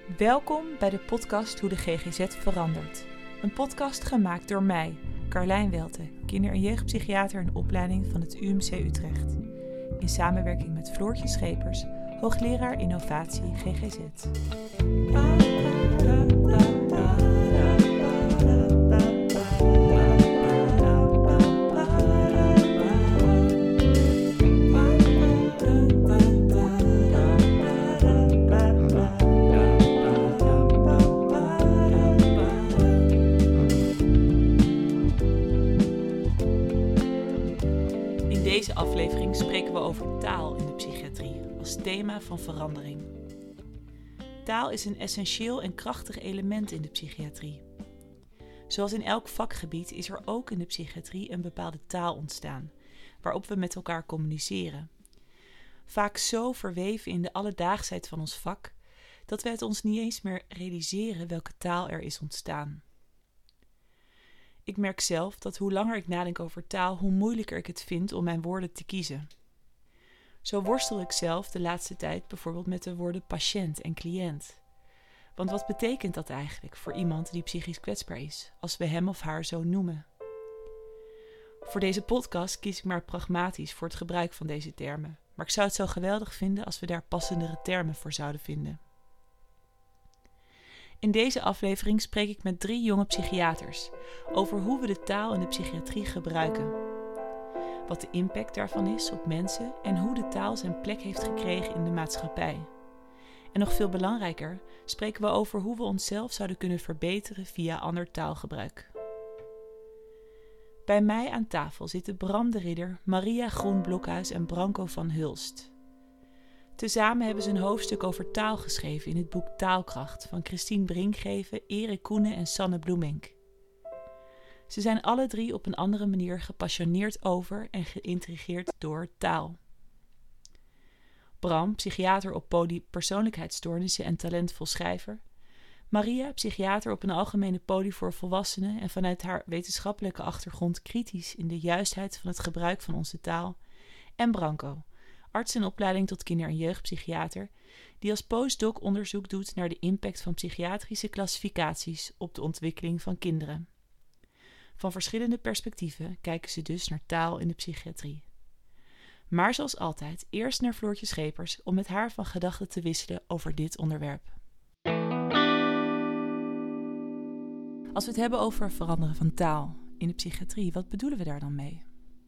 Welkom bij de podcast Hoe de GGZ verandert. Een podcast gemaakt door mij, Carlijn Welte, kinder- en jeugdpsychiater in opleiding van het UMC Utrecht. In samenwerking met Floortje Schepers, hoogleraar innovatie GGZ. In deze aflevering spreken we over taal in de psychiatrie als thema van verandering. Taal is een essentieel en krachtig element in de psychiatrie. Zoals in elk vakgebied is er ook in de psychiatrie een bepaalde taal ontstaan, waarop we met elkaar communiceren. Vaak zo verweven in de alledaagsheid van ons vak, dat we het ons niet eens meer realiseren welke taal er is ontstaan. Ik merk zelf dat hoe langer ik nadenk over taal, hoe moeilijker ik het vind om mijn woorden te kiezen. Zo worstel ik zelf de laatste tijd bijvoorbeeld met de woorden patiënt en cliënt. Want wat betekent dat eigenlijk voor iemand die psychisch kwetsbaar is, als we hem of haar zo noemen? Voor deze podcast kies ik maar pragmatisch voor het gebruik van deze termen, maar ik zou het zo geweldig vinden als we daar passendere termen voor zouden vinden. In deze aflevering spreek ik met 3 jonge psychiaters over hoe we de taal in de psychiatrie gebruiken. Wat de impact daarvan is op mensen en hoe de taal zijn plek heeft gekregen in de maatschappij. En nog veel belangrijker, spreken we over hoe we onszelf zouden kunnen verbeteren via ander taalgebruik. Bij mij aan tafel zitten Bram de Ridder, Maria Groen-Blokhuis en Branko van Hulst. Tezamen hebben ze een hoofdstuk over taal geschreven in het boek Taalkracht van Christine Brinkgeven, Erik Koenen en Sanne Bloemink. Ze zijn alle 3 op een andere manier gepassioneerd over en geïntrigeerd door taal. Bram, psychiater op poli persoonlijkheidsstoornissen en talentvol schrijver. Maria, psychiater op een algemene poli voor volwassenen en vanuit haar wetenschappelijke achtergrond kritisch in de juistheid van het gebruik van onze taal. En Branko, arts in opleiding tot kinder- en jeugdpsychiater, die als postdoc onderzoek doet naar de impact van psychiatrische klassificaties op de ontwikkeling van kinderen. Van verschillende perspectieven kijken ze dus naar taal in de psychiatrie. Maar zoals altijd, eerst naar Floortje Schepers om met haar van gedachten te wisselen over dit onderwerp. Als we het hebben over veranderen van taal in de psychiatrie, wat bedoelen we daar dan mee?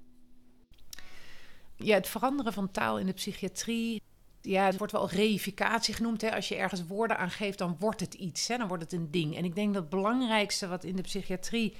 Ja, het veranderen van taal in de psychiatrie, ja, het wordt wel reificatie genoemd. Hè. Als je ergens woorden aan geeft, dan wordt het iets, hè, dan wordt het een ding. En ik denk dat het belangrijkste wat in de psychiatrie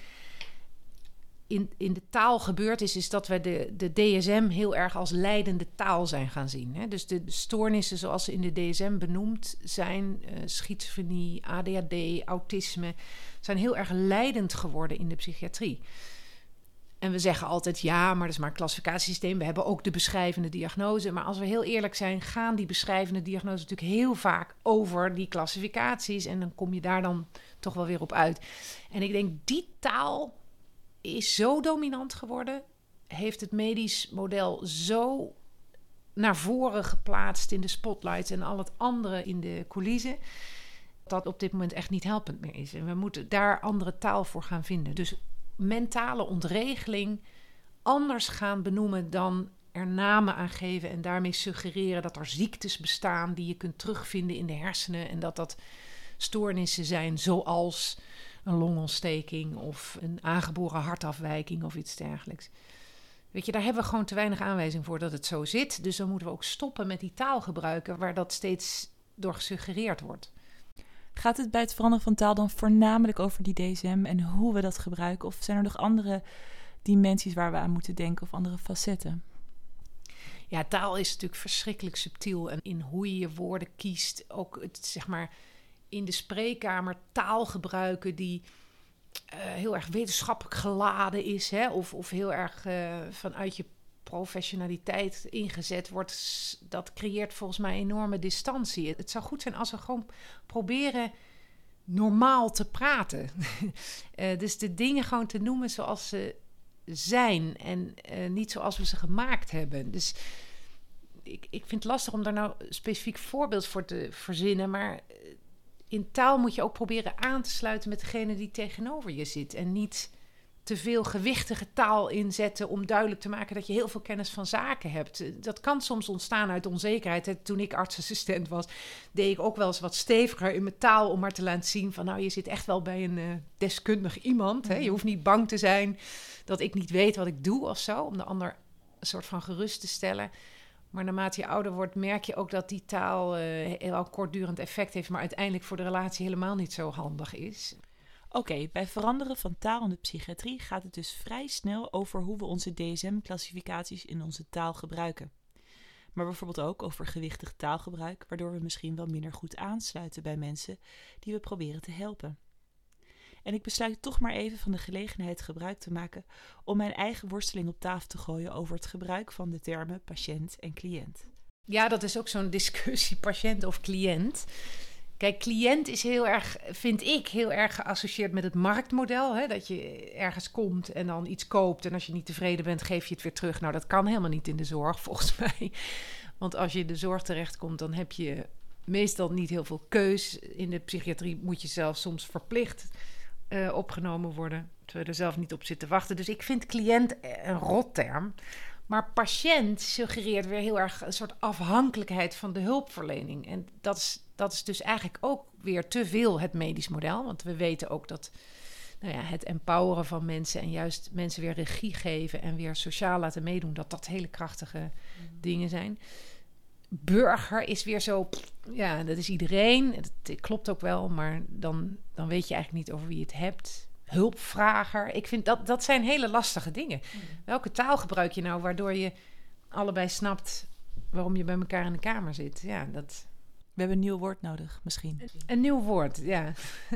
in de taal gebeurd is dat we de DSM heel erg als leidende taal zijn gaan zien. Hè. Dus de stoornissen zoals ze in de DSM benoemd zijn, schizofrenie, ADHD, autisme, zijn heel erg leidend geworden in de psychiatrie. En we zeggen altijd ja, maar dat is maar een klassificatiesysteem. We hebben ook de beschrijvende diagnose. Maar als we heel eerlijk zijn, gaan die beschrijvende diagnoses natuurlijk heel vaak over die klassificaties. En dan kom je daar dan toch wel weer op uit. En ik denk, die taal is zo dominant geworden. Heeft het medisch model zo naar voren geplaatst in de spotlights en al het andere in de coulissen, dat op dit moment echt niet helpend meer is. En we moeten daar andere taal voor gaan vinden. Dus mentale ontregeling anders gaan benoemen dan er namen aan geven en daarmee suggereren dat er ziektes bestaan die je kunt terugvinden in de hersenen en dat stoornissen zijn zoals een longontsteking of een aangeboren hartafwijking of iets dergelijks. Weet je, daar hebben we gewoon te weinig aanwijzing voor dat het zo zit. Dus dan moeten we ook stoppen met die taal gebruiken waar dat steeds door gesuggereerd wordt. Gaat het bij het veranderen van taal dan voornamelijk over die DSM en hoe we dat gebruiken? Of zijn er nog andere dimensies waar we aan moeten denken of andere facetten? Ja, taal is natuurlijk verschrikkelijk subtiel. En in hoe je je woorden kiest, ook het, zeg maar, in de spreekkamer taal gebruiken die heel erg wetenschappelijk geladen is, hè? Of heel erg vanuit je professionaliteit ingezet wordt, dat creëert volgens mij enorme distantie. Het zou goed zijn als we gewoon proberen normaal te praten. Dus de dingen gewoon te noemen zoals ze zijn en niet zoals we ze gemaakt hebben. Dus ik vind het lastig om daar nou een specifiek voorbeeld voor te verzinnen, maar in taal moet je ook proberen aan te sluiten met degene die tegenover je zit. En niet te veel gewichtige taal inzetten om duidelijk te maken dat je heel veel kennis van zaken hebt. Dat kan soms ontstaan uit onzekerheid. Toen ik artsassistent was, deed ik ook wel eens wat steviger in mijn taal om maar te laten zien van, nou, je zit echt wel bij een deskundig iemand. Hè? Je hoeft niet bang te zijn dat ik niet weet wat ik doe of zo, om de ander een soort van gerust te stellen. Maar naarmate je ouder wordt, merk je ook dat die taal heel kortdurend effect heeft, maar uiteindelijk voor de relatie helemaal niet zo handig is. Oké, bij veranderen van taal in de psychiatrie gaat het dus vrij snel over hoe we onze DSM-classificaties in onze taal gebruiken. Maar bijvoorbeeld ook over gewichtig taalgebruik, waardoor we misschien wel minder goed aansluiten bij mensen die we proberen te helpen. En ik besluit toch maar even van de gelegenheid gebruik te maken om mijn eigen worsteling op tafel te gooien over het gebruik van de termen patiënt en cliënt. Ja, dat is ook zo'n discussie, patiënt of cliënt. Kijk, cliënt is heel erg, vind ik, heel erg geassocieerd met het marktmodel. Hè? Dat je ergens komt en dan iets koopt en als je niet tevreden bent, geef je het weer terug. Nou, dat kan helemaal niet in de zorg, volgens mij. Want als je in de zorg terechtkomt, dan heb je meestal niet heel veel keus. In de psychiatrie moet je zelf soms verplicht opgenomen worden, terwijl je er zelf niet op zit te wachten. Dus ik vind cliënt een rotterm. Maar patiënt suggereert weer heel erg een soort afhankelijkheid van de hulpverlening. En dat is dus eigenlijk ook weer te veel het medisch model. Want we weten ook dat het empoweren van mensen en juist mensen weer regie geven en weer sociaal laten meedoen, dat hele krachtige dingen zijn. Burger is weer zo, ja, dat is iedereen. Het klopt ook wel, maar dan weet je eigenlijk niet over wie je het hebt. Hulpvrager. Ik vind dat zijn hele lastige dingen. Welke taal gebruik je nou waardoor je allebei snapt waarom je bij elkaar in de kamer zit? Ja, dat. We hebben een nieuw woord nodig, misschien. Een nieuw woord, ja.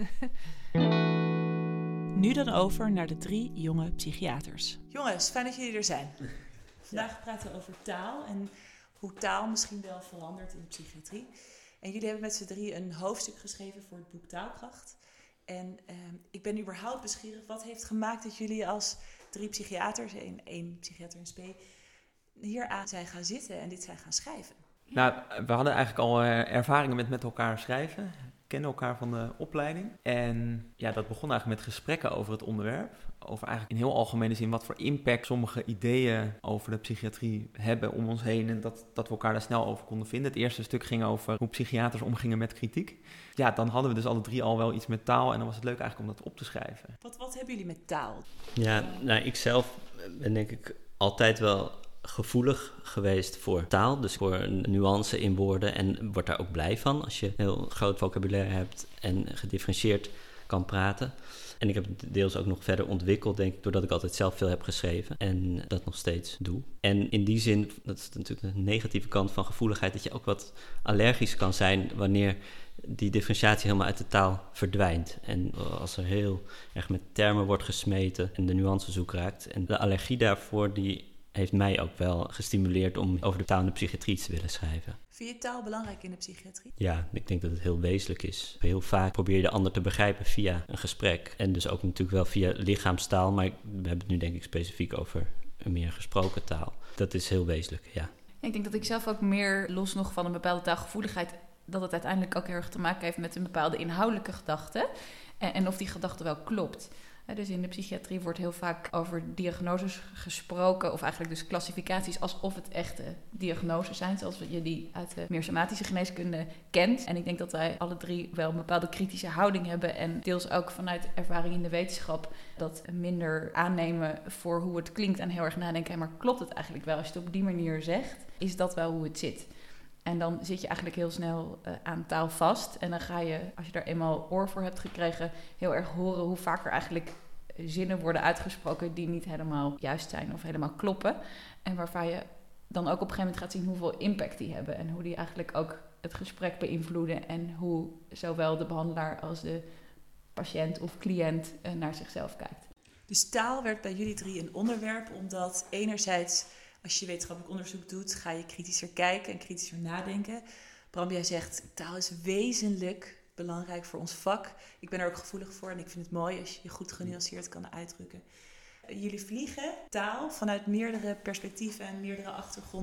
Nu dan over naar de 3 jonge psychiaters. Jongens, fijn dat jullie er zijn. Vandaag praten we over taal en hoe taal misschien wel verandert in de psychiatrie. En jullie hebben met z'n 3 een hoofdstuk geschreven voor het boek Taalkracht. En ik ben überhaupt nieuwsgierig, wat heeft gemaakt dat jullie als 3 psychiaters, 1 psychiater en SP, hier aan zijn gaan zitten en dit zijn gaan schrijven? Nou, we hadden eigenlijk al ervaringen met elkaar schrijven. We kennen elkaar van de opleiding. En ja, dat begon eigenlijk met gesprekken over het onderwerp. Over eigenlijk in heel algemene zin wat voor impact sommige ideeën over de psychiatrie hebben om ons heen. En dat we elkaar daar snel over konden vinden. Het eerste stuk ging over hoe psychiaters omgingen met kritiek. Ja, dan hadden we dus alle 3 al wel iets met taal. En dan was het leuk eigenlijk om dat op te schrijven. Wat hebben jullie met taal? Ja, nou, ik zelf ben denk ik altijd wel gevoelig geweest voor taal. Dus voor een nuance in woorden. En word daar ook blij van als je heel groot vocabulaire hebt en gedifferentieerd kan praten. En ik heb het deels ook nog verder ontwikkeld, denk ik, doordat ik altijd zelf veel heb geschreven en dat nog steeds doe. En in die zin, dat is natuurlijk een negatieve kant van gevoeligheid, dat je ook wat allergisch kan zijn wanneer die differentiatie helemaal uit de taal verdwijnt. En als er heel erg met termen wordt gesmeten en de nuance zoek raakt. En de allergie daarvoor, die heeft mij ook wel gestimuleerd om over de taal in de psychiatrie te willen schrijven. Vind je taal belangrijk in de psychiatrie? Ja, ik denk dat het heel wezenlijk is. Heel vaak probeer je de ander te begrijpen via een gesprek. En dus ook natuurlijk wel via lichaamstaal. Maar we hebben het nu denk ik specifiek over een meer gesproken taal. Dat is heel wezenlijk, ja. Ik denk dat ik zelf ook meer, los nog van een bepaalde taalgevoeligheid, dat het uiteindelijk ook heel erg te maken heeft met een bepaalde inhoudelijke gedachte. En of die gedachte wel klopt. Dus in de psychiatrie wordt heel vaak over diagnoses gesproken, of eigenlijk dus klassificaties alsof het echte diagnoses zijn, zoals je die uit de meer somatische geneeskunde kent. En ik denk dat wij alle 3 wel een bepaalde kritische houding hebben en deels ook vanuit ervaring in de wetenschap dat minder aannemen voor hoe het klinkt en heel erg nadenken, maar klopt het eigenlijk wel als je het op die manier zegt? Is dat wel hoe het zit? En dan zit je eigenlijk heel snel aan taal vast. En dan ga je, als je er eenmaal oor voor hebt gekregen, heel erg horen hoe vaak er eigenlijk zinnen worden uitgesproken die niet helemaal juist zijn of helemaal kloppen. En waarvan je dan ook op een gegeven moment gaat zien hoeveel impact die hebben. En hoe die eigenlijk ook het gesprek beïnvloeden. En hoe zowel de behandelaar als de patiënt of cliënt naar zichzelf kijkt. Dus taal werd bij jullie 3 een onderwerp, omdat enerzijds, als je wetenschappelijk onderzoek doet, ga je kritischer kijken en kritischer nadenken. Bram, jij zegt, taal is wezenlijk belangrijk voor ons vak. Ik ben er ook gevoelig voor en ik vind het mooi als je je goed genuanceerd kan uitdrukken. Jullie vliegen taal vanuit meerdere perspectieven en meerdere achtergronden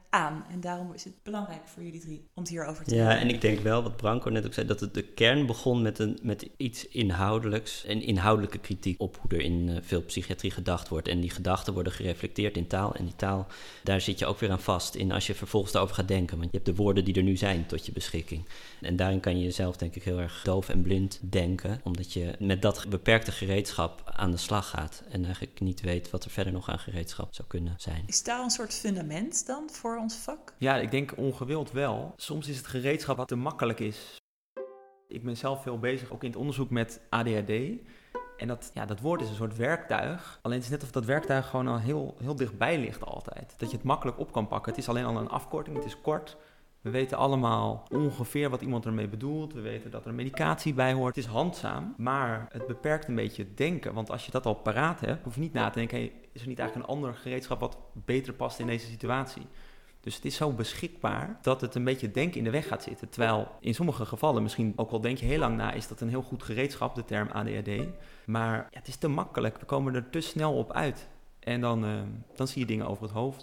aan. En daarom is het belangrijk voor jullie 3 om het hierover te Ja, hebben. en ik denk wel, wat Branko net ook zei, dat het de kern begon met iets inhoudelijks. Een inhoudelijke kritiek op hoe er in veel psychiatrie gedacht wordt. En die gedachten worden gereflecteerd in taal. En die taal, daar zit je ook weer aan vast in als je vervolgens daarover gaat denken. Want je hebt de woorden die er nu zijn tot je beschikking. En daarin kan je jezelf denk ik heel erg doof en blind denken. Omdat je met dat beperkte gereedschap aan de slag gaat. En eigenlijk niet weet wat er verder nog aan gereedschap zou kunnen zijn. Is taal een soort fundament dan voor ons vak? Ja, ik denk ongewild wel. Soms is het gereedschap wat te makkelijk is. Ik ben zelf veel bezig, ook in het onderzoek met ADHD. En dat woord is een soort werktuig. Alleen het is net of dat werktuig gewoon al heel dichtbij ligt altijd. Dat je het makkelijk op kan pakken. Het is alleen al een afkorting, het is kort. We weten allemaal ongeveer wat iemand ermee bedoelt. We weten dat er medicatie bij hoort. Het is handzaam, maar het beperkt een beetje het denken. Want als je dat al paraat hebt, hoef je niet na te denken, hey, is er niet eigenlijk een ander gereedschap wat beter past in deze situatie? Dus het is zo beschikbaar dat het een beetje denken in de weg gaat zitten. Terwijl in sommige gevallen, misschien ook al denk je heel lang na, is dat een heel goed gereedschap, de term ADHD. Maar ja, het is te makkelijk, we komen er te snel op uit. En dan zie je dingen over het hoofd.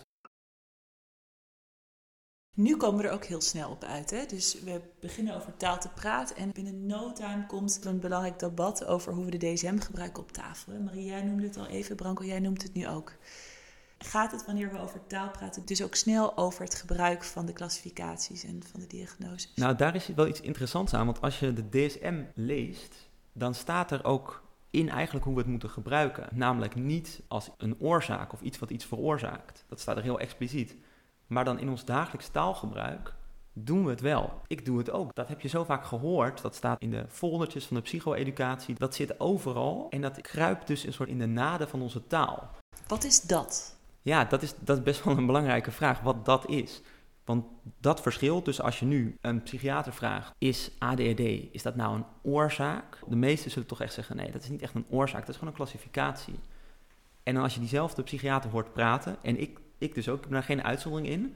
Nu komen we er ook heel snel op uit. Hè? Dus we beginnen over taal te praten en binnen no time komt een belangrijk debat over hoe we de DSM gebruiken op tafel. Hè? Marie, jij noemde het al even, Branko, jij noemt het nu ook. Gaat het wanneer we over taal praten dus ook snel over het gebruik van de klassificaties en van de diagnoses? Nou, daar is wel iets interessants aan, want als je de DSM leest, dan staat er ook in eigenlijk hoe we het moeten gebruiken. Namelijk niet als een oorzaak of iets wat iets veroorzaakt. Dat staat er heel expliciet. Maar dan in ons dagelijks taalgebruik doen we het wel. Ik doe het ook. Dat heb je zo vaak gehoord. Dat staat in de foldertjes van de psycho-educatie. Dat zit overal en dat kruipt dus een soort in de naden van onze taal. Wat is dat? Ja, dat is best wel een belangrijke vraag, wat dat is. Want dat verschil tussen als je nu een psychiater vraagt, is ADHD, is dat nou een oorzaak? De meesten zullen toch echt zeggen, nee, dat is niet echt een oorzaak, dat is gewoon een klassificatie. En dan als je diezelfde psychiater hoort praten, en ik dus ook, ik heb daar geen uitzondering in,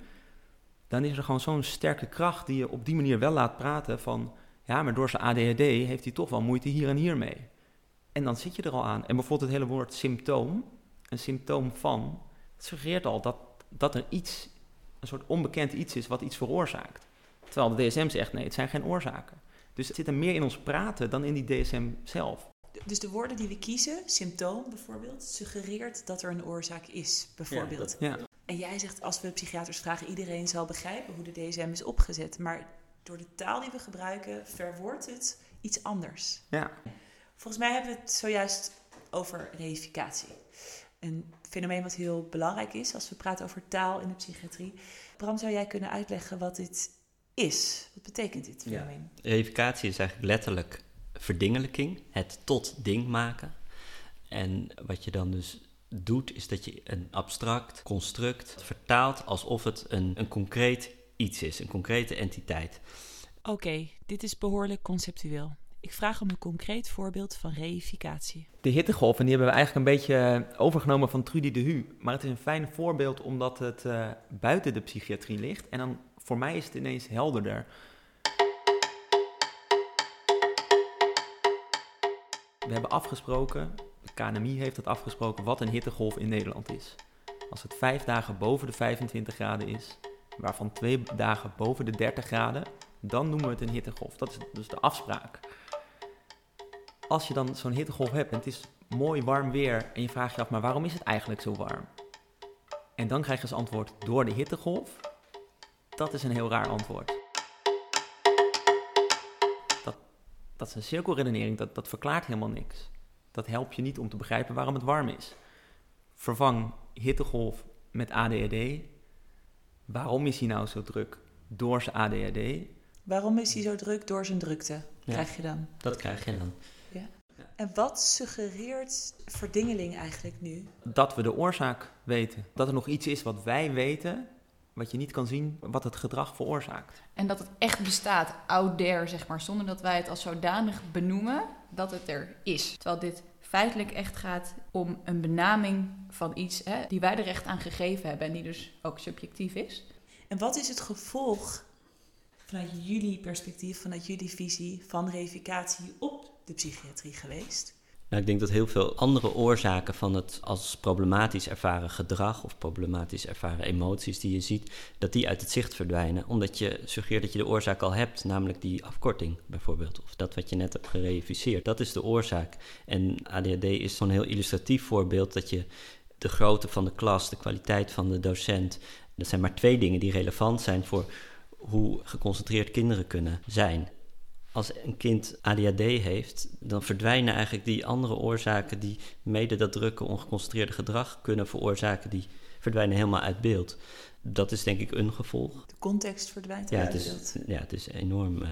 dan is er gewoon zo'n sterke kracht die je op die manier wel laat praten van, ja, maar door zijn ADHD heeft hij toch wel moeite hier en hier mee. En dan zit je er al aan. En bijvoorbeeld het hele woord symptoom, een symptoom van, het suggereert al dat er iets, een soort onbekend iets is wat iets veroorzaakt. Terwijl de DSM zegt, nee, het zijn geen oorzaken. Dus het zit er meer in ons praten dan in die DSM zelf. Dus de woorden die we kiezen, symptoom bijvoorbeeld, suggereert dat er een oorzaak is, bijvoorbeeld. Ja. En jij zegt, als we psychiaters vragen, iedereen zal begrijpen hoe de DSM is opgezet. Maar door de taal die we gebruiken, verwoordt het iets anders. Ja. Volgens mij hebben we het zojuist over reificatie. Een fenomeen wat heel belangrijk is als we praten over taal in de psychiatrie. Bram, zou jij kunnen uitleggen wat dit is? Wat betekent dit fenomeen? Ja. Reificatie is eigenlijk letterlijk verdingelijking, het tot ding maken. En wat je dan dus doet, is dat je een abstract construct vertaalt alsof het een concreet iets is, een concrete entiteit. Oké, dit is behoorlijk conceptueel. Ik vraag om een concreet voorbeeld van reificatie. De hittegolven, die hebben we eigenlijk een beetje overgenomen van Trudy de Hu. Maar het is een fijn voorbeeld omdat het buiten de psychiatrie ligt. En dan voor mij is het ineens helderder. We hebben afgesproken, de KNMI heeft het afgesproken, wat een hittegolf in Nederland is. Als het 5 dagen boven de 25 graden is, waarvan 2 dagen boven de 30 graden, dan noemen we het een hittegolf. Dat is dus de afspraak. Als je dan zo'n hittegolf hebt en het is mooi warm weer en je vraagt je af, maar waarom is het eigenlijk zo warm? En dan krijg je als antwoord, door de hittegolf. Dat is een heel raar antwoord. Dat is een cirkelredenering, dat verklaart helemaal niks. Dat helpt je niet om te begrijpen waarom het warm is. Vervang hittegolf met ADHD. Waarom is hij nou zo druk? Door zijn ADHD. Waarom is hij zo druk? Door zijn drukte, krijg je dan. Dat krijg je dan. Ja. En wat suggereert verdingeling eigenlijk nu? Dat we de oorzaak weten. Dat er nog iets is wat wij weten, wat je niet kan zien, wat het gedrag veroorzaakt. En dat het echt bestaat, out there, zeg maar, zonder dat wij het als zodanig benoemen dat het er is. Terwijl dit feitelijk echt gaat om een benaming van iets die wij er recht aan gegeven hebben en die dus ook subjectief is. En wat is het gevolg vanuit jullie perspectief, vanuit jullie visie van reificatie op de psychiatrie geweest? Nou, ik denk dat heel veel andere oorzaken van het als problematisch ervaren gedrag of problematisch ervaren emoties die je ziet, dat die uit het zicht verdwijnen, omdat je suggereert dat je de oorzaak al hebt, namelijk die afkorting bijvoorbeeld, of dat wat je net hebt gereïficeerd. Dat is de oorzaak. En ADHD is zo'n heel illustratief voorbeeld dat je de grootte van de klas, de kwaliteit van de docent, dat zijn maar 2 dingen die relevant zijn voor hoe geconcentreerd kinderen kunnen zijn. Als een kind ADHD heeft, dan verdwijnen eigenlijk die andere oorzaken die mede dat drukke, ongeconcentreerde gedrag kunnen veroorzaken, die verdwijnen helemaal uit beeld. Dat is denk ik een gevolg. De context verdwijnt uit beeld. Ja, het is enorm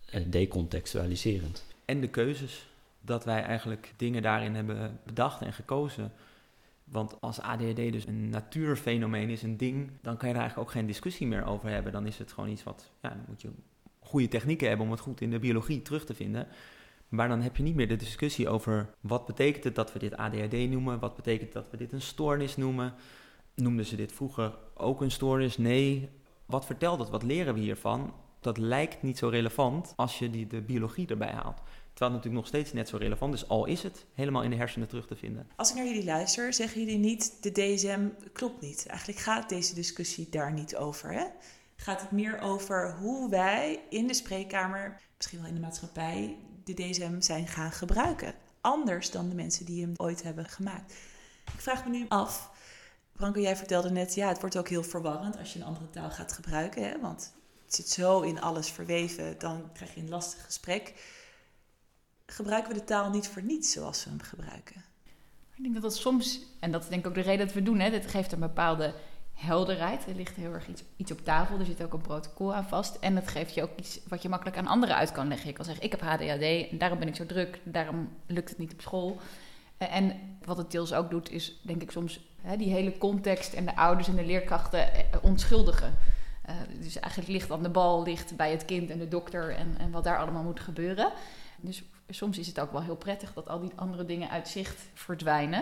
decontextualiserend. En de keuzes, dat wij eigenlijk dingen daarin hebben bedacht en gekozen. Want als ADHD dus een natuurfenomeen is, een ding, dan kan je daar eigenlijk ook geen discussie meer over hebben. Dan is het gewoon iets wat, ja, dan moet je goede technieken hebben om het goed in de biologie terug te vinden. Maar dan heb je niet meer de discussie over wat betekent het dat we dit ADHD noemen, wat betekent het dat we dit een stoornis noemen. Noemden ze dit vroeger ook een stoornis? Nee. Wat vertelt het? Wat leren we hiervan? Dat lijkt niet zo relevant als je de biologie erbij haalt. Terwijl het natuurlijk nog steeds net zo relevant is, al is het helemaal in de hersenen terug te vinden. Als ik naar jullie luister, zeggen jullie niet, de DSM klopt niet. Eigenlijk gaat deze discussie daar niet over, hè? Gaat het meer over hoe wij in de spreekkamer, misschien wel in de maatschappij, de DSM zijn gaan gebruiken. Anders dan de mensen die hem ooit hebben gemaakt. Ik vraag me nu af, Branko, jij vertelde net, ja, het wordt ook heel verwarrend als je een andere taal gaat gebruiken, hè? Want het zit zo in alles verweven, dan krijg je een lastig gesprek. Gebruiken we de taal niet voor niets zoals we hem gebruiken? Ik denk dat dat soms, en dat is denk ik ook de reden dat we doen, hè, dit geeft een bepaalde helderheid. Er ligt heel erg iets op tafel, er zit ook een protocol aan vast. En het geeft je ook iets wat je makkelijk aan anderen uit kan leggen. Je kan zeggen, ik heb ADHD en daarom ben ik zo druk, daarom lukt het niet op school. En wat het deels ook doet, is denk ik soms die hele context en de ouders en de leerkrachten onschuldigen. Dus eigenlijk ligt dan de bal bij het kind en de dokter en wat daar allemaal moet gebeuren. Dus soms is het ook wel heel prettig dat al die andere dingen uit zicht verdwijnen.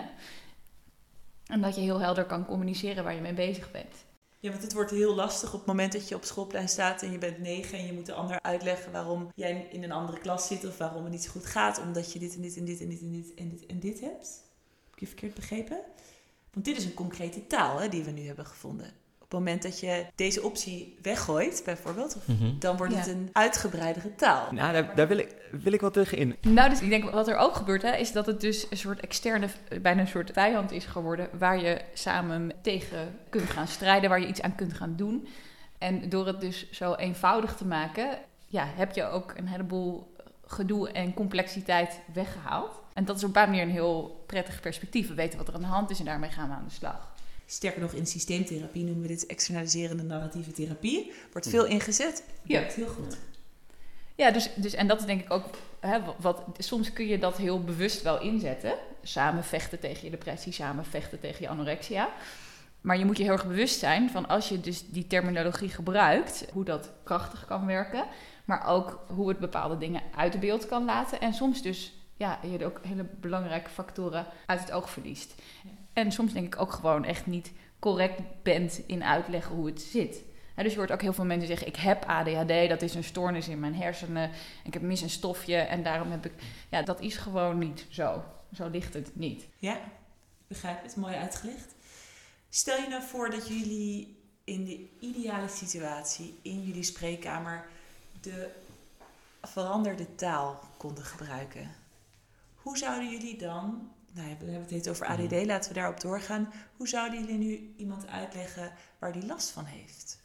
En dat je heel helder kan communiceren waar je mee bezig bent. Ja, want het wordt heel lastig op het moment dat je op schoolplein staat en je bent 9 en je moet de ander uitleggen waarom jij in een andere klas zit of waarom het niet zo goed gaat, omdat je dit en dit en dit en dit en dit en dit en dit hebt. Heb ik je verkeerd begrepen? Want dit is een concrete taal, hè, die we nu hebben gevonden. Op het moment dat je deze optie weggooit, bijvoorbeeld, dan wordt het een uitgebreidere taal. Nou, daar wil ik wel tegen in. Nou, dus ik denk wat er ook gebeurt, is dat het dus een soort externe, bijna een soort vijand is geworden, waar je samen tegen kunt gaan strijden, waar je iets aan kunt gaan doen. En door het dus zo eenvoudig te maken, heb je ook een heleboel gedoe en complexiteit weggehaald. En dat is op een bepaalde manier een heel prettig perspectief. We weten wat er aan de hand is en daarmee gaan we aan de slag. Sterker nog, in systeemtherapie noemen we dit externaliserende narratieve therapie. Wordt veel ingezet. Werkt heel goed. Ja, dus en dat is denk ik ook, soms kun je dat heel bewust wel inzetten. Samen vechten tegen je depressie, samen vechten tegen je anorexia. Maar je moet je heel erg bewust zijn van als je dus die terminologie gebruikt, hoe dat krachtig kan werken. Maar ook hoe het bepaalde dingen uit beeld kan laten. En soms dus, je ook hele belangrijke factoren uit het oog verliest. En soms denk ik ook gewoon echt niet correct bent in uitleggen hoe het zit. Dus je hoort ook heel veel mensen zeggen, ik heb ADHD, dat is een stoornis in mijn hersenen. Ik heb mis een stofje en daarom heb ik... Ja, dat is gewoon niet zo. Zo ligt het niet. Ja, ik begrijp het. Mooi uitgelegd. Stel je nou voor dat jullie in de ideale situatie in jullie spreekkamer de veranderde taal konden gebruiken. Hoe zouden jullie dan... Nou, we hebben het net over ADD, laten we daarop doorgaan. Hoe zouden jullie nu iemand uitleggen waar die last van heeft?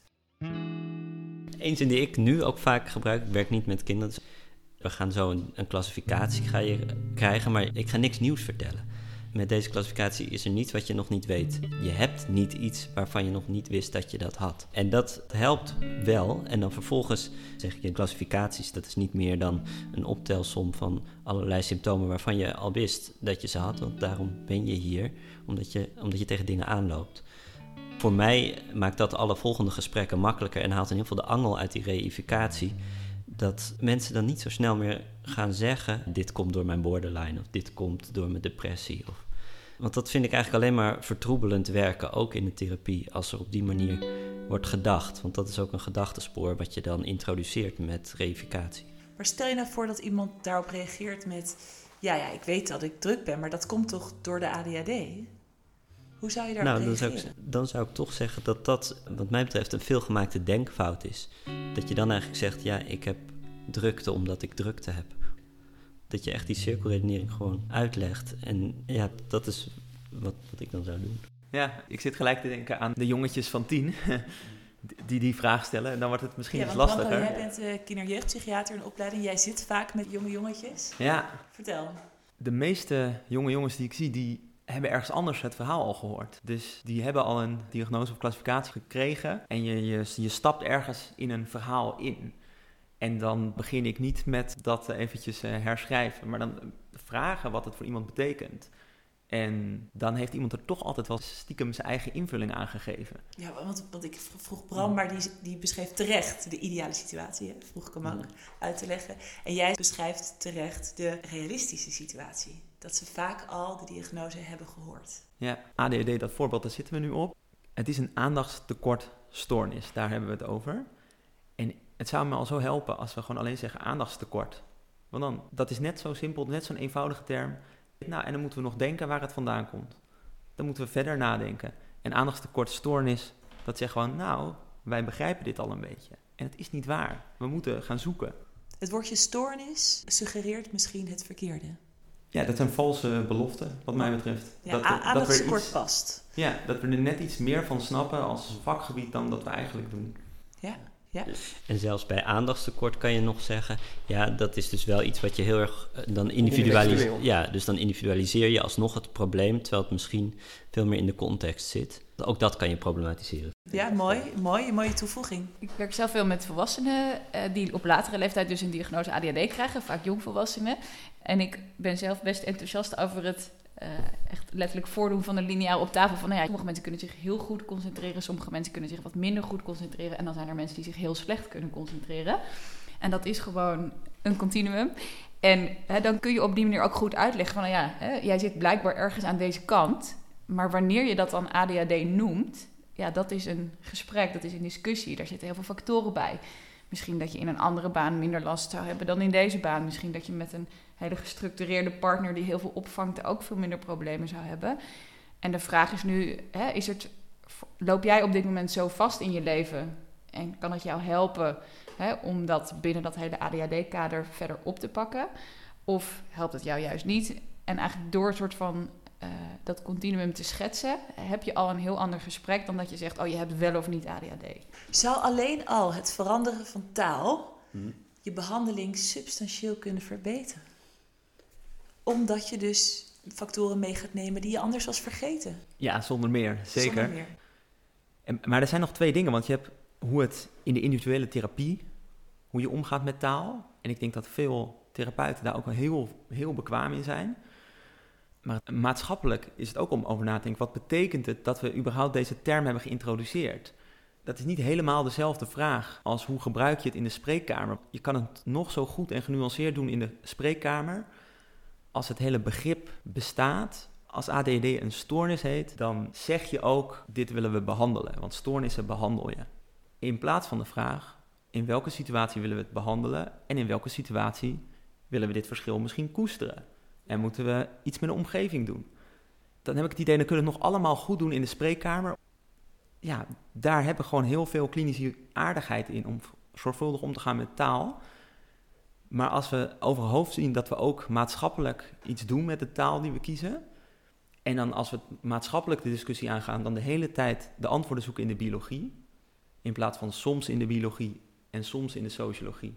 Eén zin die ik nu ook vaak gebruik, ik werk niet met kinderen. We gaan zo een klassificatie krijgen, maar ik ga niks nieuws vertellen. Met deze klassificatie is er niets wat je nog niet weet. Je hebt niet iets waarvan je nog niet wist dat je dat had. En dat helpt wel. En dan vervolgens zeg ik, klassificaties, dat is niet meer dan een optelsom van allerlei symptomen waarvan je al wist dat je ze had. Want daarom ben je hier, omdat je tegen dingen aanloopt. Voor mij maakt dat alle volgende gesprekken makkelijker en haalt in ieder geval de angel uit die reificatie. Dat mensen dan niet zo snel meer gaan zeggen, dit komt door mijn borderline of dit komt door mijn depressie. Want dat vind ik eigenlijk alleen maar vertroebelend werken, ook in de therapie, als er op die manier wordt gedacht. Want dat is ook een gedachtespoor wat je dan introduceert met reificatie. Maar stel je nou voor dat iemand daarop reageert met, Ja, ik weet dat ik druk ben, maar dat komt toch door de ADHD? Hoe zou je daarop reageren? Dan zou ik toch zeggen dat wat mij betreft een veelgemaakte denkfout is. Dat je dan eigenlijk zegt, ja, ik heb drukte omdat ik drukte heb. Dat je echt die cirkelredenering gewoon uitlegt. En ja, dat is wat ik dan zou doen. Ja, ik zit gelijk te denken aan de jongetjes van 10 die vraag stellen. En dan wordt het misschien iets lastiger. Branko, jij bent kinder-jeugdpsychiater in opleiding. Jij zit vaak met jonge jongetjes. Ja. Vertel. De meeste jonge jongens die ik zie, die hebben ergens anders het verhaal al gehoord. Dus die hebben al een diagnose of klassificatie gekregen. En je stapt ergens in een verhaal in. En dan begin ik niet met dat eventjes herschrijven, maar dan vragen wat het voor iemand betekent. En dan heeft iemand er toch altijd wel stiekem zijn eigen invulling aan gegeven. Ja, want ik vroeg Bram, maar die beschreef terecht de ideale situatie. Hè? Vroeg ik hem ook uit te leggen. En jij beschrijft terecht de realistische situatie. Dat ze vaak al de diagnose hebben gehoord. Ja, ADHD, dat voorbeeld, daar zitten we nu op. Het is een aandachtstekortstoornis, daar hebben we het over. En het zou me al zo helpen als we gewoon alleen zeggen aandachtstekort. Want dan, dat is net zo simpel, net zo'n eenvoudige term. Nou, en dan moeten we nog denken waar het vandaan komt. Dan moeten we verder nadenken. En aandachtstekortstoornis, dat zegt gewoon, nou, wij begrijpen dit al een beetje. En het is niet waar. We moeten gaan zoeken. Het woordje stoornis suggereert misschien het verkeerde. Ja, dat zijn valse beloften, wat mij betreft. Ja, aandachtstekort past. Ja, dat we er net iets meer van snappen als vakgebied dan dat we eigenlijk doen. Ja. En zelfs bij aandachtstekort kan je nog zeggen, ja, dat is dus wel iets wat je heel erg dan individualiseert. Ja, dus dan individualiseer je alsnog het probleem, terwijl het misschien veel meer in de context zit. Ook dat kan je problematiseren. Ja, mooie toevoeging. Ik werk zelf veel met volwassenen die op latere leeftijd dus een diagnose ADHD krijgen, vaak jongvolwassenen. En ik ben zelf best enthousiast over het echt letterlijk voordoen van een lineaal op tafel. Van, sommige mensen kunnen zich heel goed concentreren, sommige mensen kunnen zich wat minder goed concentreren. En dan zijn er mensen die zich heel slecht kunnen concentreren. En dat is gewoon een continuum. En dan kun je op die manier ook goed uitleggen van, jij zit blijkbaar ergens aan deze kant. Maar wanneer je dat dan ADHD noemt, dat is een gesprek, dat is een discussie. Daar zitten heel veel factoren bij. Misschien dat je in een andere baan minder last zou hebben dan in deze baan. Misschien dat je met een hele gestructureerde partner die heel veel opvangt ook veel minder problemen zou hebben. En de vraag is nu, loop jij op dit moment zo vast in je leven? En kan het jou helpen om dat binnen dat hele ADHD-kader verder op te pakken? Of helpt het jou juist niet? En eigenlijk door een soort van dat continuum te schetsen, heb je al een heel ander gesprek dan dat je zegt, je hebt wel of niet ADHD. Zou alleen al het veranderen van taal je behandeling substantieel kunnen verbeteren? Omdat je dus factoren mee gaat nemen die je anders was vergeten. Ja, zonder meer, zeker. Zonder meer. Maar er zijn nog 2 dingen, want je hebt hoe het in de individuele therapie, hoe je omgaat met taal. En ik denk dat veel therapeuten daar ook wel heel, heel bekwaam in zijn. Maar maatschappelijk is het ook om over na te denken. Wat betekent het dat we überhaupt deze term hebben geïntroduceerd? Dat is niet helemaal dezelfde vraag als hoe gebruik je het in de spreekkamer. Je kan het nog zo goed en genuanceerd doen in de spreekkamer. Als het hele begrip bestaat, als ADHD een stoornis heet, dan zeg je ook, dit willen we behandelen. Want stoornissen behandel je. In plaats van de vraag, in welke situatie willen we het behandelen en in welke situatie willen we dit verschil misschien koesteren? En moeten we iets met de omgeving doen? Dan heb ik het idee, dan kunnen we het nog allemaal goed doen in de spreekkamer. Ja, daar hebben we gewoon heel veel klinische aardigheid in om zorgvuldig om te gaan met taal. Maar als we overhoofd zien dat we ook maatschappelijk iets doen met de taal die we kiezen, en dan als we maatschappelijk de discussie aangaan, dan de hele tijd de antwoorden zoeken in de biologie, in plaats van soms in de biologie en soms in de sociologie.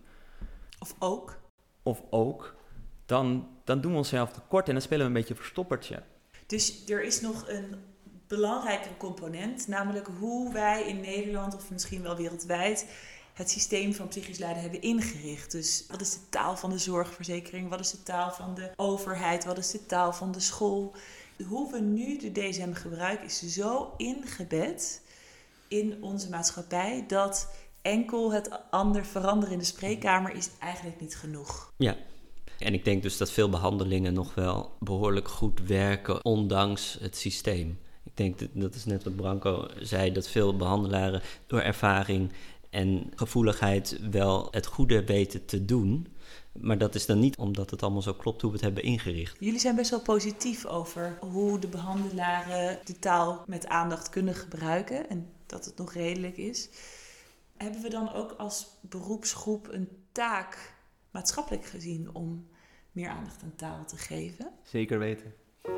Of ook. Dan doen we onszelf tekort en dan spelen we een beetje verstoppertje. Dus er is nog een belangrijkere component, namelijk hoe wij in Nederland of misschien wel wereldwijd het systeem van psychisch lijden hebben ingericht. Dus wat is de taal van de zorgverzekering? Wat is de taal van de overheid? Wat is de taal van de school? Hoe we nu de DSM gebruiken is zo ingebed in onze maatschappij dat enkel het veranderen in de spreekkamer is eigenlijk niet genoeg. Ja. En ik denk dus dat veel behandelingen nog wel behoorlijk goed werken, ondanks het systeem. Ik denk, dat is net wat Branko zei, dat veel behandelaren door ervaring en gevoeligheid wel het goede weten te doen. Maar dat is dan niet omdat het allemaal zo klopt hoe we het hebben ingericht. Jullie zijn best wel positief over hoe de behandelaren de taal met aandacht kunnen gebruiken en dat het nog redelijk is. Hebben we dan ook als beroepsgroep een taak, maatschappelijk gezien, om meer aandacht aan taal te geven? Zeker weten.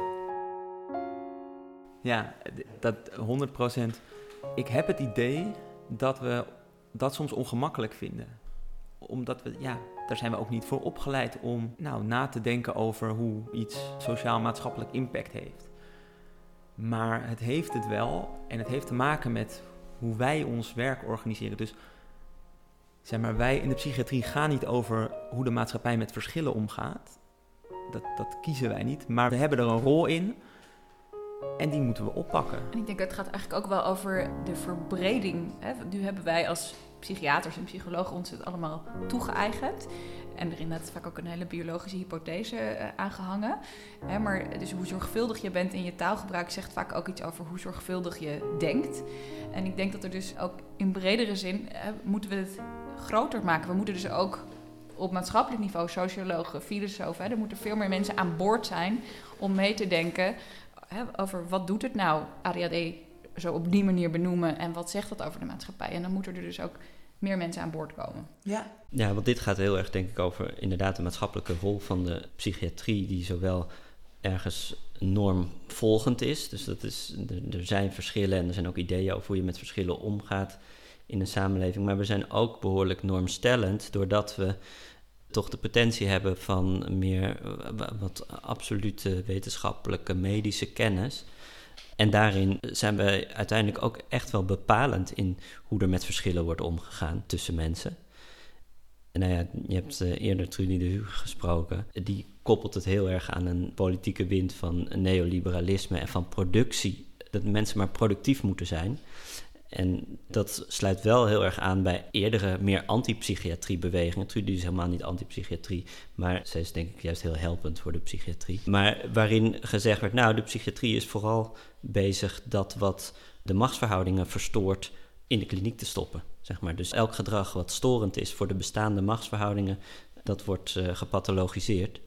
Ja, dat 100%. Ik heb het idee dat we dat soms ongemakkelijk vinden. Omdat daar zijn we ook niet voor opgeleid om na te denken over hoe iets sociaal-maatschappelijk impact heeft. Maar het heeft het wel en het heeft te maken met hoe wij ons werk organiseren. Dus zeg maar, wij in de psychiatrie gaan niet over hoe de maatschappij met verschillen omgaat. Dat kiezen wij niet, maar we hebben er een rol in en die moeten we oppakken. En ik denk dat het gaat eigenlijk ook wel over de verbreding. Hè? Nu hebben wij als psychiaters en psychologen ons het allemaal toegeëigend. En er is inderdaad vaak ook een hele biologische hypothese aangehangen. Maar dus hoe zorgvuldig je bent in je taalgebruik zegt vaak ook iets over hoe zorgvuldig je denkt. En ik denk dat er dus ook in bredere zin moeten we het groter maken. We moeten dus ook op maatschappelijk niveau, sociologen, filosofen, er moeten veel meer mensen aan boord zijn om mee te denken over wat doet het nou, ADHD zo op die manier benoemen en wat zegt dat over de maatschappij. En dan moeten er dus ook meer mensen aan boord komen. Ja, want dit gaat heel erg denk ik over inderdaad de maatschappelijke rol van de psychiatrie, die zowel ergens normvolgend is. Dus dat is, er zijn verschillen en er zijn ook ideeën over hoe je met verschillen omgaat in een samenleving. Maar we zijn ook behoorlijk normstellend, doordat we toch de potentie hebben van meer wat absolute wetenschappelijke medische kennis. En daarin zijn we uiteindelijk ook echt wel bepalend in hoe er met verschillen wordt omgegaan tussen mensen. En je hebt eerder Trudy de Hugo gesproken. Die koppelt het heel erg aan een politieke wind van neoliberalisme en van productie. Dat mensen maar productief moeten zijn. En dat sluit wel heel erg aan bij eerdere, meer anti-psychiatrie-bewegingen. Trudy is helemaal niet anti-psychiatrie, maar zij is denk ik juist heel helpend voor de psychiatrie. Maar waarin gezegd werd, de psychiatrie is vooral bezig dat wat de machtsverhoudingen verstoort in de kliniek te stoppen, zeg maar. Dus elk gedrag wat storend is voor de bestaande machtsverhoudingen, dat wordt gepathologiseerd.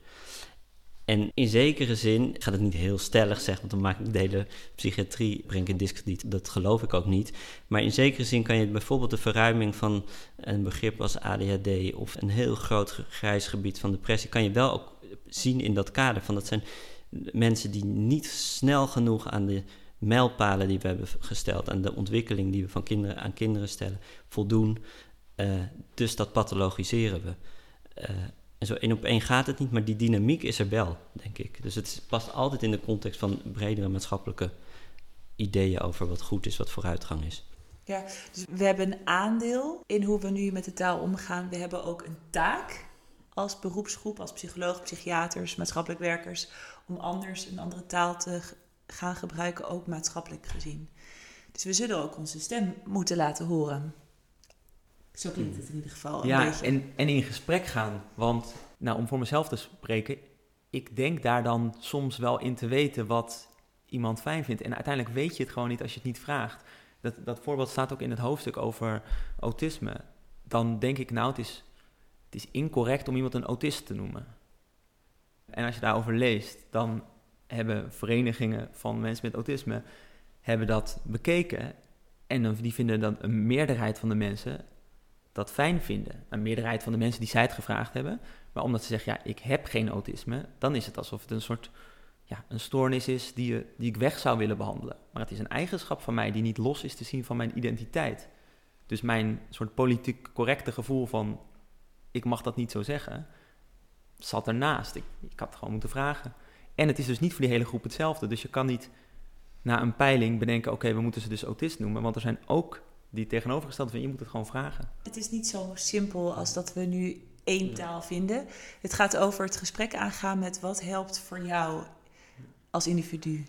En in zekere zin, ik ga het niet heel stellig zeggen, want dan maak ik de hele psychiatrie, breng ik in diskrediet. Dat geloof ik ook niet. Maar in zekere zin kan je bijvoorbeeld de verruiming van een begrip als ADHD of een heel groot grijs gebied van depressie, kan je wel ook zien in dat kader. Van dat zijn mensen die niet snel genoeg aan de mijlpalen die we hebben gesteld, aan de ontwikkeling die we van kinderen aan kinderen stellen, voldoen. Dus dat pathologiseren we. En zo 1 op 1 gaat het niet, maar die dynamiek is er wel, denk ik. Dus het past altijd in de context van bredere maatschappelijke ideeën over wat goed is, wat vooruitgang is. Ja, dus we hebben een aandeel in hoe we nu met de taal omgaan. We hebben ook een taak als beroepsgroep, als psycholoog, psychiaters, maatschappelijk werkers, om anders een andere taal te gaan gebruiken, ook maatschappelijk gezien. Dus we zullen ook onze stem moeten laten horen. Zo klinkt het in ieder geval een beetje. En in gesprek gaan. Want, om voor mezelf te spreken, ik denk daar dan soms wel in te weten wat iemand fijn vindt. En uiteindelijk weet je het gewoon niet als je het niet vraagt. Dat voorbeeld staat ook in het hoofdstuk over autisme. Dan denk ik, het is incorrect om iemand een autist te noemen. En als je daarover leest, dan hebben verenigingen van mensen met autisme hebben dat bekeken. En die vinden dat een meerderheid van de mensen dat fijn vinden. Een meerderheid van de mensen die zij het gevraagd hebben. Maar omdat ze zeggen, ik heb geen autisme, dan is het alsof het een soort een stoornis is die ik weg zou willen behandelen. Maar het is een eigenschap van mij die niet los is te zien van mijn identiteit. Dus mijn soort politiek correcte gevoel van, ik mag dat niet zo zeggen, zat ernaast. Ik had het gewoon moeten vragen. En het is dus niet voor die hele groep hetzelfde. Dus je kan niet na een peiling bedenken, oké, we moeten ze dus autist noemen. Want er zijn ook die tegenovergesteld van, je moet het gewoon vragen. Het is niet zo simpel als dat we nu 1 taal vinden. Het gaat over het gesprek aangaan met wat helpt voor jou als individu.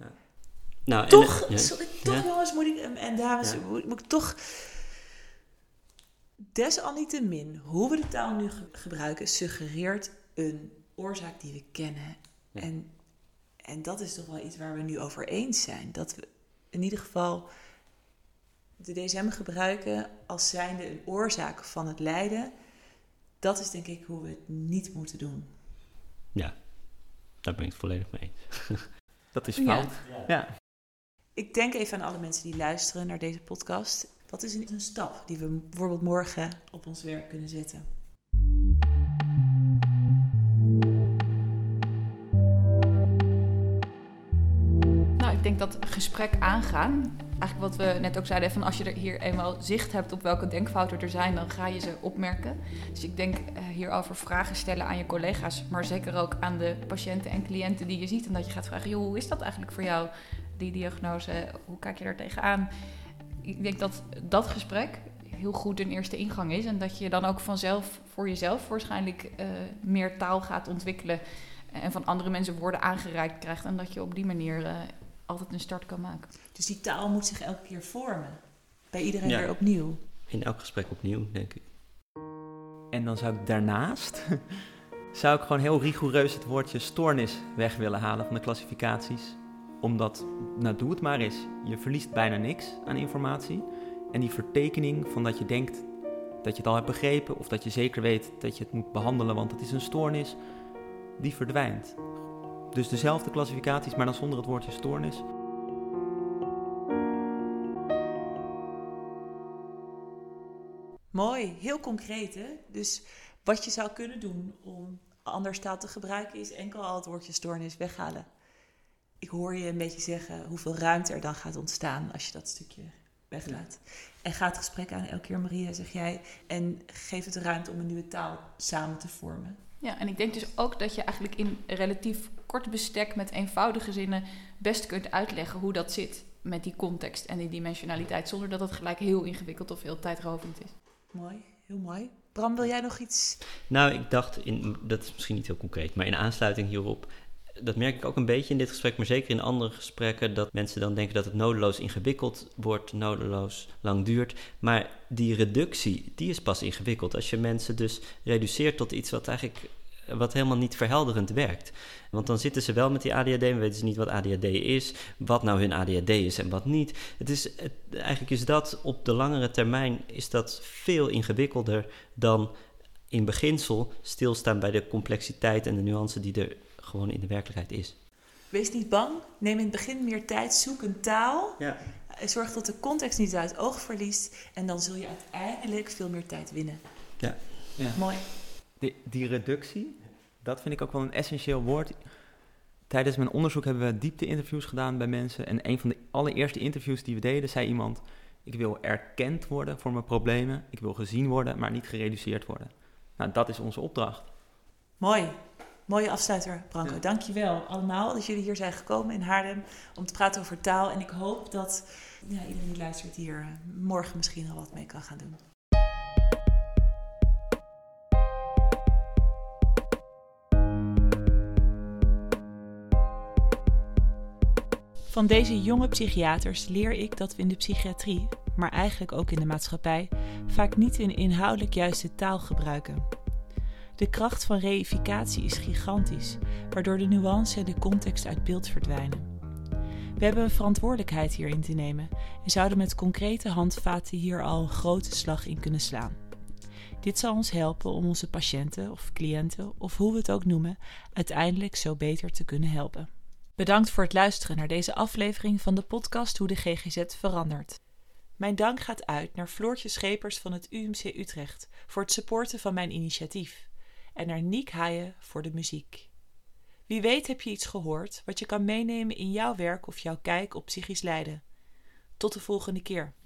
Ja. Toch jongens, moet ik, en dames, moet ik toch, desalniettemin, hoe we de taal nu gebruiken, suggereert een oorzaak die we kennen. Ja. En dat is toch wel iets waar we nu over eens zijn. Dat we in ieder geval de DSM gebruiken als zijnde een oorzaak van het lijden, dat is denk ik hoe we het niet moeten doen. Ja, daar ben ik het volledig mee eens. Dat is fout. Ja. Ik denk even aan alle mensen die luisteren naar deze podcast. Wat is een stap die we bijvoorbeeld morgen op ons werk kunnen zetten? Nou, ik denk dat gesprek aangaan, eigenlijk wat we net ook zeiden, van als je er hier eenmaal zicht hebt op welke denkfouten er zijn, dan ga je ze opmerken. Dus ik denk hierover vragen stellen aan je collega's, maar zeker ook aan de patiënten en cliënten die je ziet. En dat je gaat vragen, joh, hoe is dat eigenlijk voor jou, die diagnose? Hoe kijk je daar tegenaan? Ik denk dat dat gesprek heel goed een eerste ingang is. En dat je dan ook vanzelf voor jezelf waarschijnlijk meer taal gaat ontwikkelen. En van andere mensen woorden aangereikt krijgt. En dat je op die manier altijd een start kan maken. Dus die taal moet zich elke keer vormen. Bij iedereen weer opnieuw. In elk gesprek opnieuw, denk ik. En dan zou ik daarnaast zou ik gewoon heel rigoureus het woordje stoornis weg willen halen van de klassificaties. Omdat, nou doe het maar eens, je verliest bijna niks aan informatie. En die vertekening van dat je denkt dat je het al hebt begrepen, of dat je zeker weet dat je het moet behandelen, want het is een stoornis, die verdwijnt. Dus dezelfde klassificaties, maar dan zonder het woordje stoornis. Mooi, heel concreet hè. Dus wat je zou kunnen doen om anders taal te gebruiken is enkel al het woordje stoornis weghalen. Ik hoor je een beetje zeggen hoeveel ruimte er dan gaat ontstaan als je dat stukje weglaat. En ga het gesprek aan elke keer, Maria, zeg jij. En geef het ruimte om een nieuwe taal samen te vormen. Ja, en ik denk dus ook dat je eigenlijk in relatief kort bestek met eenvoudige zinnen best kunt uitleggen hoe dat zit met die context en die dimensionaliteit, zonder dat het gelijk heel ingewikkeld of heel tijdrovend is. Mooi, heel mooi. Bram, wil jij nog iets? Nou, ik dacht, dat is misschien niet heel concreet, maar in aansluiting hierop, dat merk ik ook een beetje in dit gesprek, maar zeker in andere gesprekken, dat mensen dan denken dat het nodeloos ingewikkeld wordt, nodeloos lang duurt. Maar die reductie, die is pas ingewikkeld. Als je mensen dus reduceert tot iets wat helemaal niet verhelderend werkt. Want dan zitten ze wel met die ADHD en weten ze niet wat ADHD is, wat nou hun ADHD is en wat niet. Eigenlijk is dat op de langere termijn is dat veel ingewikkelder dan in beginsel stilstaan bij de complexiteit en de nuance die er gewoon in de werkelijkheid is. Wees niet bang. Neem in het begin meer tijd. Zoek een taal. Ja. Zorg dat de context niet uit het oog verliest. En dan zul je uiteindelijk veel meer tijd winnen. Ja. Mooi. Die reductie, dat vind ik ook wel een essentieel woord. Tijdens mijn onderzoek hebben we diepte-interviews gedaan bij mensen. En een van de allereerste interviews die we deden, zei iemand: ik wil erkend worden voor mijn problemen. Ik wil gezien worden, maar niet gereduceerd worden. Nou, dat is onze opdracht. Mooi. Mooie afsluiter, Branko. Dank je wel allemaal dat jullie hier zijn gekomen in Haarlem om te praten over taal. En ik hoop dat iedereen die luistert hier morgen misschien al wat mee kan gaan doen. Van deze jonge psychiaters leer ik dat we in de psychiatrie, maar eigenlijk ook in de maatschappij, vaak niet een inhoudelijk juiste taal gebruiken. De kracht van reificatie is gigantisch, waardoor de nuance en de context uit beeld verdwijnen. We hebben een verantwoordelijkheid hierin te nemen en zouden met concrete handvaten hier al een grote slag in kunnen slaan. Dit zal ons helpen om onze patiënten of cliënten, of hoe we het ook noemen, uiteindelijk zo beter te kunnen helpen. Bedankt voor het luisteren naar deze aflevering van de podcast Hoe de GGZ verandert. Mijn dank gaat uit naar Floortje Schepers van het UMC Utrecht voor het supporten van mijn initiatief. En naar Niek Haaien voor de muziek. Wie weet heb je iets gehoord wat je kan meenemen in jouw werk of jouw kijk op psychisch lijden. Tot de volgende keer.